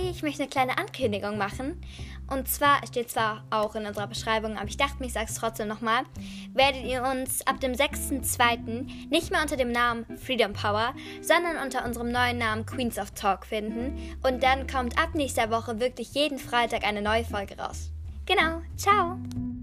ich möchte eine kleine Ankündigung machen. Und zwar, steht zwar auch in unserer Beschreibung, aber ich dachte mir, ich sage es trotzdem nochmal, werdet ihr uns ab dem 6.2. nicht mehr unter dem Namen Freedom Power, sondern unter unserem neuen Namen Queens of Talk finden. Und dann kommt ab nächster Woche wirklich jeden Freitag eine neue Folge raus. Genau, ciao!